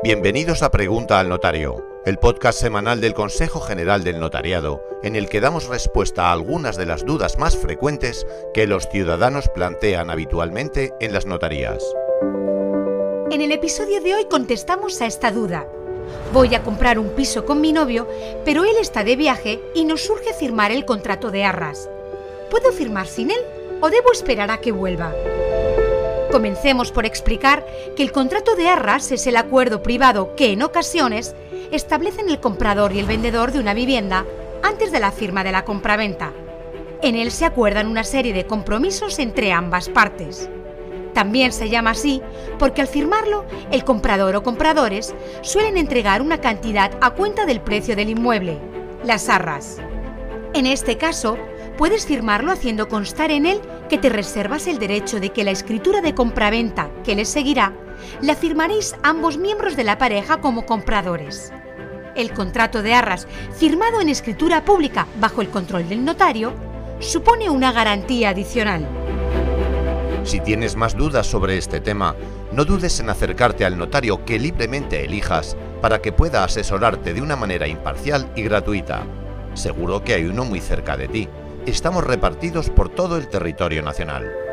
Bienvenidos a Pregunta al Notario, el podcast semanal del Consejo General del Notariado, en el que damos respuesta a algunas de las dudas más frecuentes que los ciudadanos plantean habitualmente en las notarías. En el episodio de hoy contestamos a esta duda. Voy a comprar un piso con mi novio, pero él está de viaje y nos surge firmar el contrato de arras. ¿Puedo firmar sin él o debo esperar a que vuelva? Comencemos por explicar que el contrato de arras es el acuerdo privado que, en ocasiones, establecen el comprador y el vendedor de una vivienda antes de la firma de la compraventa. En él se acuerdan una serie de compromisos entre ambas partes. También se llama así porque al firmarlo, el comprador o compradores suelen entregar una cantidad a cuenta del precio del inmueble, las arras. En este caso, puedes firmarlo haciendo constar en él que te reservas el derecho de que la escritura de compraventa que le seguirá la firmaréis ambos miembros de la pareja como compradores. El contrato de arras firmado en escritura pública bajo el control del notario supone una garantía adicional. Si tienes más dudas sobre este tema, no dudes en acercarte al notario que libremente elijas para que pueda asesorarte de una manera imparcial y gratuita. Seguro que hay uno muy cerca de ti. Estamos repartidos por todo el territorio nacional.